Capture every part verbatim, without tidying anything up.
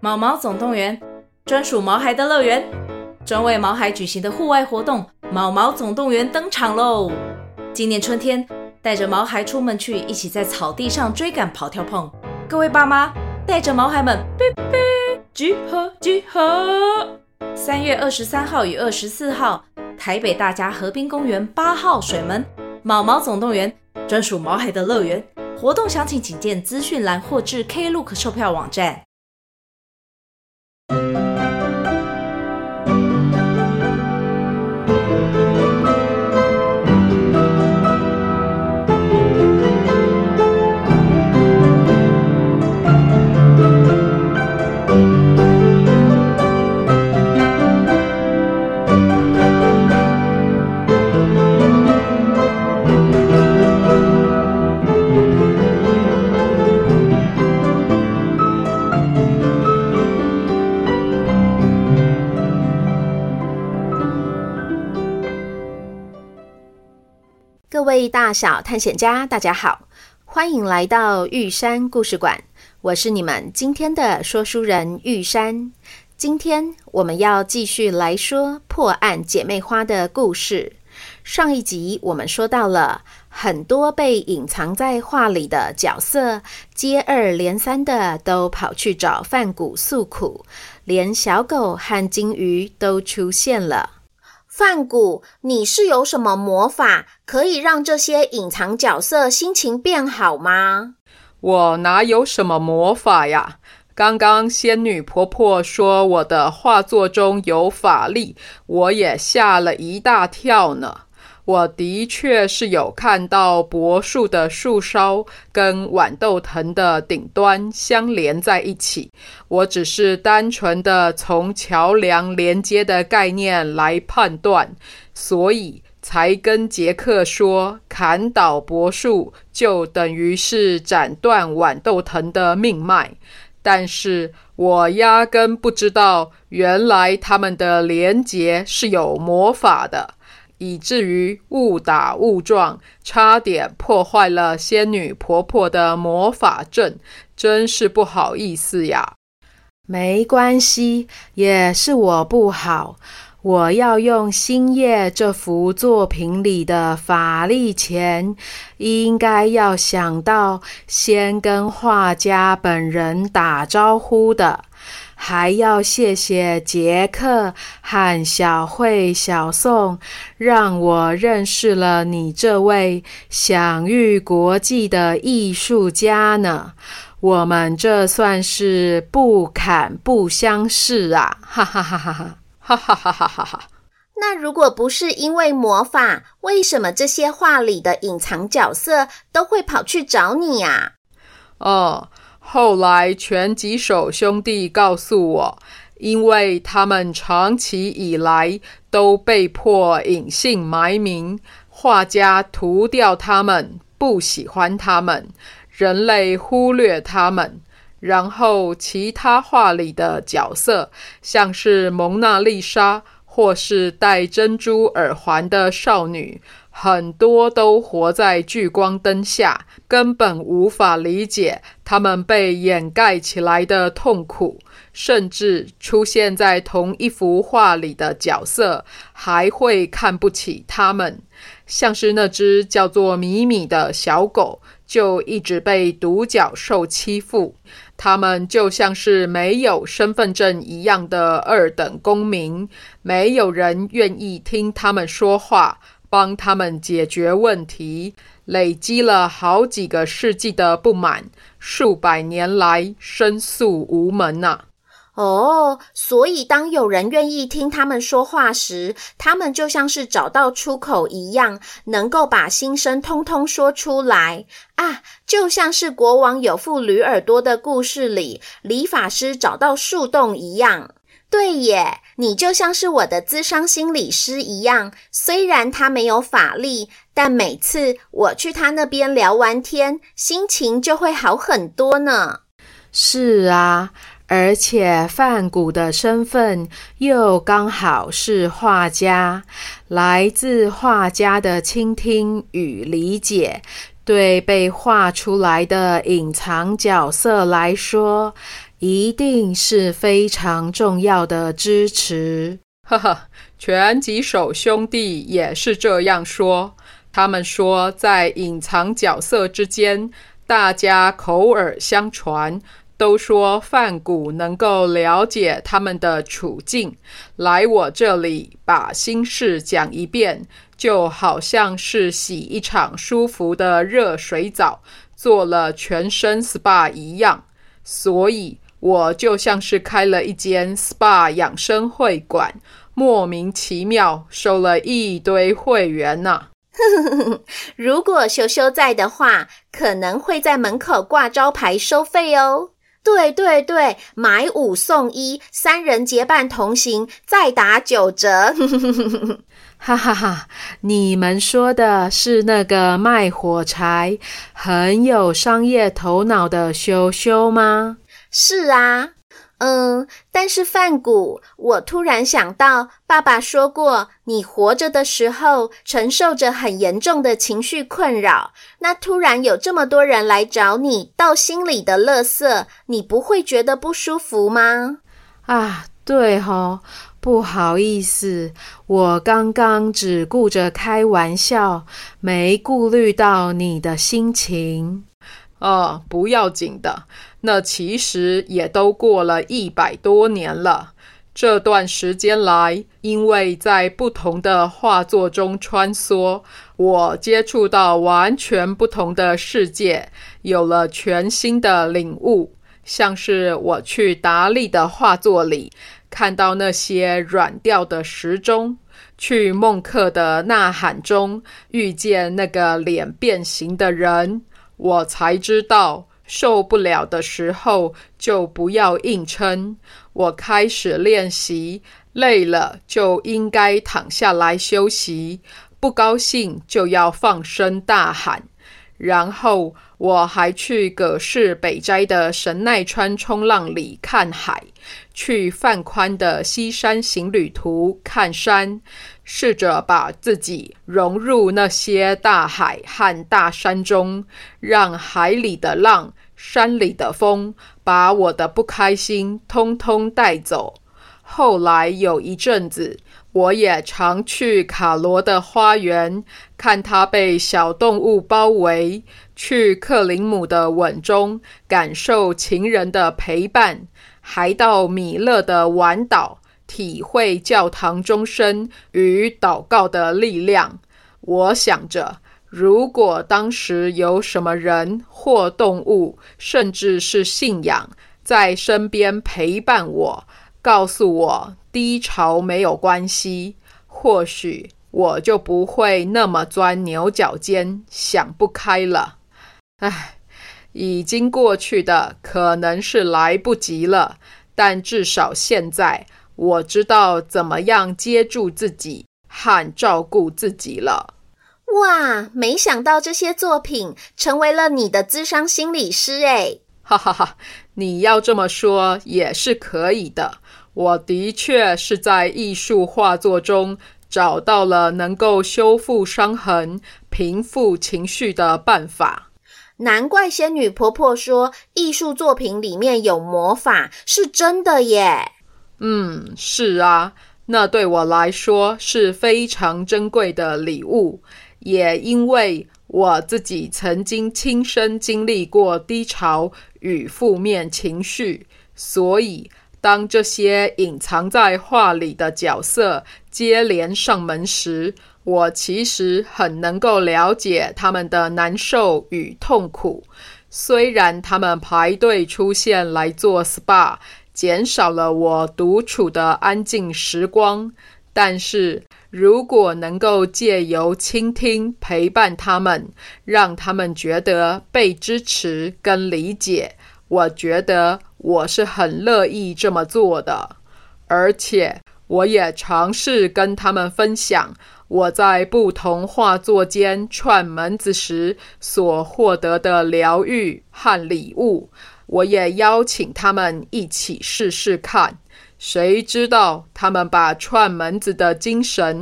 毛毛总动员，专属毛孩的乐园，专为毛孩举行的户外活动毛毛总动员登场喽！今年春天，带着毛孩出门去，一起在草地上追赶跑跳碰。各位爸妈，带着毛孩们，哔哔，集合集合！三月二十三号与二十四号，台北大家河滨公园八号水门毛毛总动员，专属毛孩的乐园。活动详情请见资讯栏或至 Klook 售票网站。 各位大小探险家，大家好，欢迎来到玉山故事馆，我是你们今天的说书人玉山。今天我们要继续来说破案姐妹花的故事。上一集我们说到了很多被隐藏在画里的角色，接二连三的都跑去找梵谷诉苦，连小狗和金鱼都出现了。 梵谷，你是有什么魔法可以让这些隐藏角色心情变好吗？ 我哪有什么魔法呀？刚刚仙女婆婆说我的画作中有法力，我也吓了一大跳呢。我的确是有看到柏树的树梢跟豌豆藤的顶端相连在一起，我只是单纯的从桥梁连接的概念来判断，所以才跟杰克说砍倒柏树就等于是斩断豌豆藤的命脉。但是我压根不知道原来他们的连结是有魔法的，以至于误打误撞，差点破坏了仙女婆婆的魔法阵，真是不好意思呀。 没关系，也是我不好。我要用星夜这幅作品里的法力前，应该要想到先跟画家本人打招呼的，还要谢谢杰克和小慧、小宋，让我认识了你这位享誉国际的艺术家呢。我们这算是不砍不相识啊！哈哈哈哈哈！ 哈哈哈哈哈哈！ 那如果不是因为魔法，为什么这些画里的隐藏角色都会跑去找你呀？ 哦，后来拳击手兄弟告诉我，因为他们长期以来都被迫隐姓埋名，画家涂掉他们，不喜欢他们，人类忽略他们。然后其他画里的角色，像是蒙娜丽莎或是戴珍珠耳环的少女，很多都活在聚光灯下，根本无法理解他们被掩盖起来的痛苦，甚至出现在同一幅画里的角色还会看不起他们。像是那只叫做米米的小狗，就一直被独角兽欺负，他们就像是没有身份证一样的二等公民，没有人愿意听他们说话，帮他们解决问题，累积了好几个世纪的不满，数百年来申诉无门啊。 哦，所以当有人愿意听他们说话时，他们就像是找到出口一样，能够把心声通通说出来啊，就像是国王有副驴耳朵的故事里，理发师找到树洞一样。对耶，你就像是我的咨商心理师一样，虽然他没有法力，但每次我去他那边聊完天，心情就会好很多呢。 是啊，而且梵谷的身份又刚好是画家，来自画家的倾听与理解， 对被画出来的隐藏角色来说，一定是非常重要的支持。 呵呵，拳击手兄弟也是这样说。他们说，在隐藏角色之间，大家口耳相传，都说梵谷能够了解他们的处境，来我这里把心事讲一遍，就好像是洗一场舒服的热水澡，做了全身 S P A 一样。所以我就像是开了一间 S P A 养生会馆，莫名其妙收了一堆会员呢、啊。 如果修修在的话，可能会在门口挂招牌收费哦。对对对，买五送一，三人结伴同行，再打九折。 哈哈哈，你们说的是那个卖火柴、很有商业头脑的修修吗？ 是啊。嗯，但是梵谷，我突然想到，爸爸说过，你活着的时候承受着很严重的情绪困扰，那突然有这么多人来找你倒心里的垃圾，你不会觉得不舒服吗？ 啊，对哦，不好意思，我刚刚只顾着开玩笑，没顾虑到你的心情。 哦，不要紧的，那其实也都过了一百多年了。这段时间来，因为在不同的画作中穿梭，我接触到完全不同的世界，有了全新的领悟。像是我去达利的画作里，看到那些软掉的时钟，去孟克的呐喊中，遇见那个脸变形的人，我才知道受不了的时候就不要硬撑。我开始练习，累了就应该躺下来休息，不高兴就要放声大喊。然后我还去葛饰北斋的神奈川冲浪里看海，去范宽的西山行旅图看山，试着把自己融入那些大海和大山中，让海里的浪，山里的风，把我的不开心通通带走。后来有一阵子，我也常去卡罗的花园，看它被小动物包围，去克林姆的吻中感受情人的陪伴，还到米勒的晚岛体会教堂钟声与祷告的力量。我想着，如果当时有什么人或动物，甚至是信仰，在身边陪伴我，告诉我低潮没有关系，或许我就不会那么钻牛角尖，想不开了。唉，已经过去的可能是来不及了，但至少现在我知道怎么样接住自己和照顾自己了。 哇，没想到这些作品成为了你的諮商心理师耶。 哈哈哈，你要这么说也是可以的。我的确是在艺术画作中找到了能够修复伤痕、平复情绪的办法。 难怪仙女婆婆说艺术作品里面有魔法，是真的耶。 嗯，是啊，那对我来说是非常珍贵的礼物。也因为我自己曾经亲身经历过低潮与负面情绪，所以当这些隐藏在画里的角色接连上门时，我其实很能够了解他们的难受与痛苦。虽然他们排队出现来做 S P A， 减少了我独处的安静时光，但是如果能够借由倾听陪伴他们，让他们觉得被支持跟理解，我觉得我是很乐意这么做的。而且我也尝试跟他们分享我在不同画作间串门子时所获得的疗愈和礼物，我也邀请他们一起试试看。谁知道他们把串门子的精神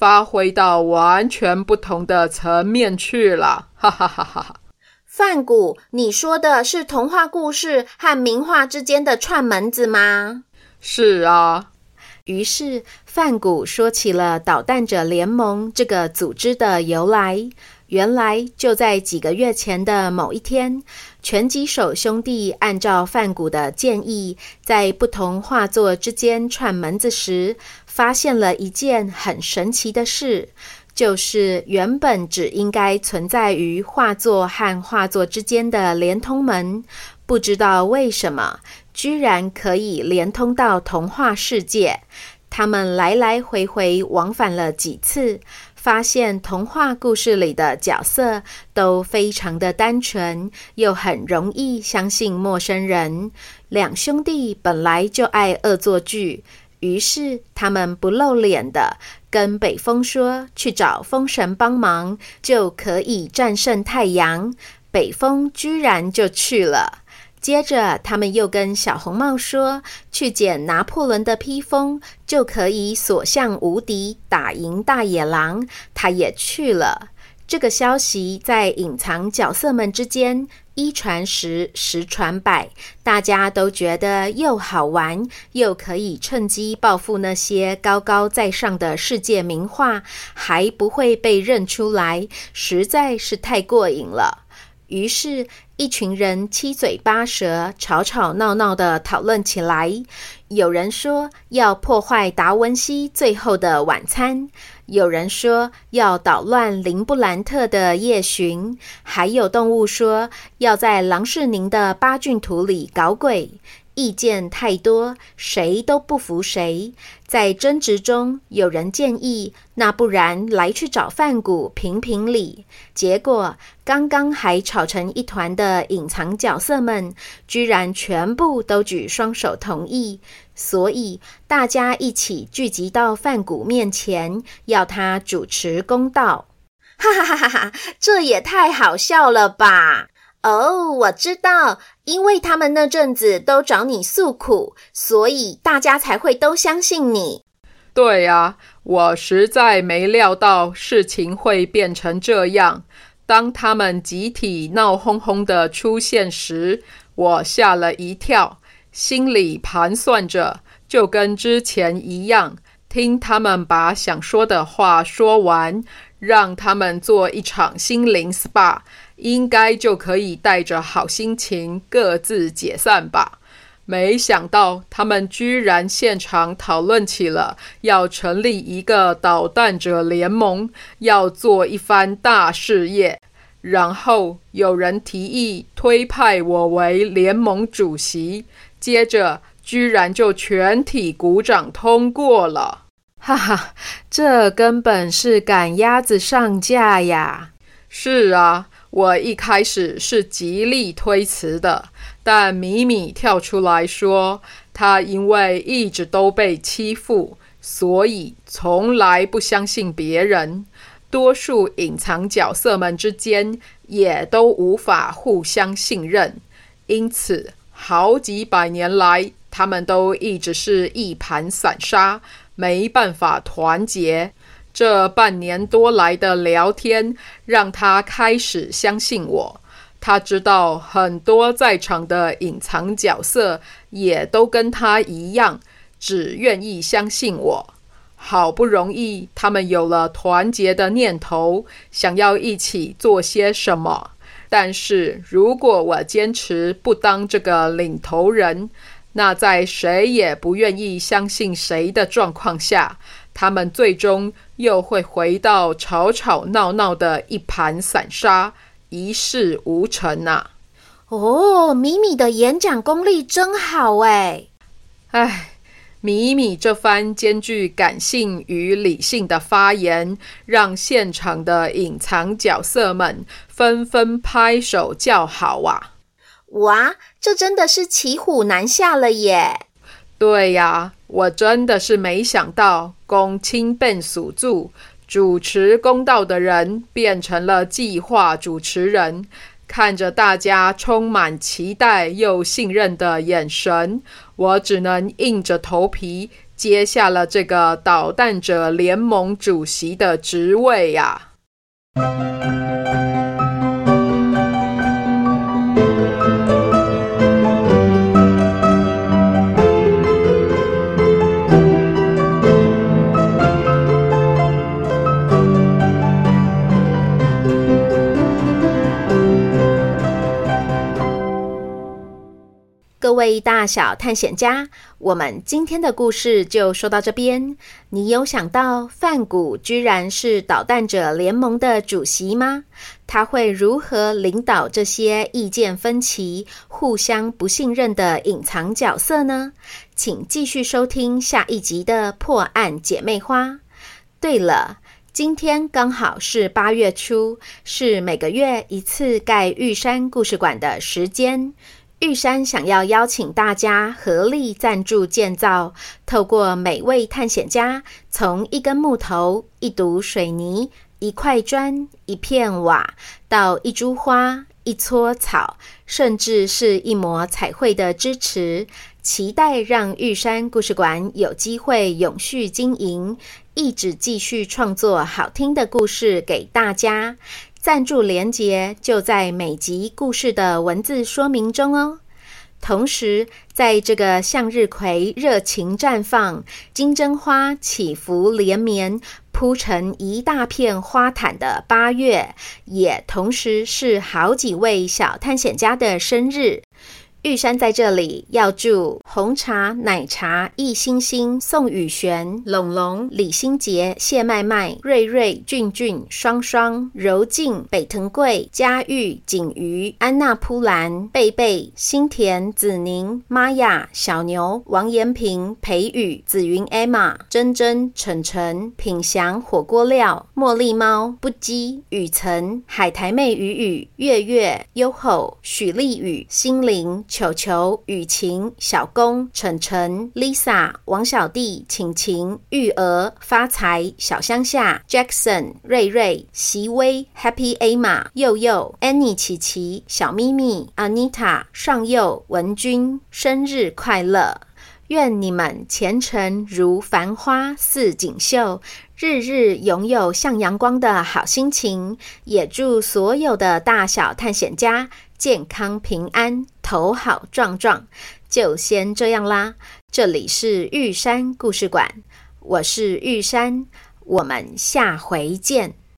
发挥到完全不同的层面去了，哈哈哈哈。 梵谷，你说的是童话故事和名画之间的串门子吗？ 是啊。 于是梵谷说起了捣蛋者联盟这个组织的由来。原来就在几个月前的某一天，拳击手兄弟按照梵谷的建议，在不同画作之间串门子时，发现了一件很神奇的事，就是原本只应该存在于画作和画作之间的连通门，不知道为什么居然可以连通到童话世界。他们来来回回往返了几次，发现童话故事里的角色都非常的单纯，又很容易相信陌生人。两兄弟本来就爱恶作剧，于是他们不露脸的跟北风说去找风神帮忙就可以战胜太阳，北风居然就去了。接着他们又跟小红帽说，去捡拿破仑的披风就可以所向无敌，打赢大野狼，他也去了。这个消息在隐藏角色们之间一传十，十传百，大家都觉得又好玩，又可以趁机报复那些高高在上的世界名画，还不会被认出来，实在是太过瘾了。于是一群人七嘴八舌，吵吵闹闹地讨论起来。有人说要破坏达文西最后的晚餐，有人说要捣乱林布兰特的夜巡，还有动物说要在郎世宁的八骏图里搞鬼。意见太多，谁都不服谁。在争执中，有人建议，那不然来去找梵谷评评理。结果，刚刚还吵成一团的隐藏角色们，居然全部都举双手同意。所以，大家一起聚集到梵谷面前，要他主持公道。 哈哈哈哈，这也太好笑了吧！哦，我知道，因为他们那阵子都找你诉苦，所以大家才会都相信你。 对啊，我实在没料到事情会变成这样。当他们集体闹哄哄的出现时，我吓了一跳，心里盘算着，就跟之前一样，听他们把想说的话说完，让他们做一场心灵 S P A， 应该就可以带着好心情各自解散吧。没想到他们居然现场讨论起了要成立一个捣蛋者联盟，要做一番大事业。然后有人提议推派我为联盟主席，接着居然就全体鼓掌通过了。 哈哈，这根本是赶鸭子上架呀！ 是啊，我一开始是极力推辞的，但米米跳出来说，他因为一直都被欺负，所以从来不相信别人。多数隐藏角色们之间也都无法互相信任，因此好几百年来，他们都一直是一盘散沙，没办法团结。这半年多来的聊天，让他开始相信我。他知道很多在场的隐藏角色也都跟他一样，只愿意相信我。好不容易他们有了团结的念头，想要一起做些什么。但是如果我坚持不当这个领头人，那在谁也不愿意相信谁的状况下，他们最终又会回到吵吵闹闹的一盘散沙，一事无成啊。 哦，米米的演讲功力真好哎！ 唉，米米这番兼具感性与理性的发言，让现场的隐藏角色们纷纷拍手叫好啊！ 哇，这真的是骑虎难下了耶！ 对呀，我真的是没想到，公亲变属住，主持公道的人变成了计划主持人。看着大家充满期待又信任的眼神，我只能硬着头皮接下了这个捣蛋者联盟主席的职位呀。 各位大小探险家，我们今天的故事就说到这边。你有想到梵谷居然是捣蛋者联盟的主席吗？他会如何领导这些意见分歧、互相不信任的隐藏角色呢？请继续收听下一集的破案姐妹花。对了，今天刚好是八月初，是每个月一次盖玉山故事馆的时间。玉山想要邀请大家合力赞助建造，透过每位探险家从一根木头、一堵水泥、一块砖、一片瓦，到一株花、一撮草，甚至是一抹彩绘的支持，期待让玉山故事馆有机会永续经营，一直继续创作好听的故事给大家。赞助连结就在每集故事的文字说明中哦。同时，在这个向日葵热情绽放、金针花起伏连绵、铺成一大片花毯的八月，也同时是好几位小探险家的生日。玉山在这里要祝红茶、奶茶、易星星、宋宇璇、龙龙、李心杰、谢麦麦、瑞瑞、俊俊、双双、柔静、北藤贵、嘉玉、景瑜、安娜扑兰、贝贝、新田、子宁、玛雅、小牛、王延平、裴宇、紫云 Emma、珍珍、晨晨、品祥、火锅料、茉莉猫、不羁、雨晨、海苔妹雨雨、月月、优厚、许丽宇、心灵、球球、雨晴、小公、晨晨、Lisa、王小弟、晴晴、玉娥、发财、小乡下、Jackson、瑞瑞、席威、Happy Emma、佑佑、Annie 琪琪、小咪咪、Anita、上佑、文君，生日快乐！愿你们前程如繁花似锦绣，日日拥有像阳光的好心情。也祝所有的大小探险家健康平安，头好壮壮。就先这样啦，这里是玉山故事馆，我是玉山，我们下回见。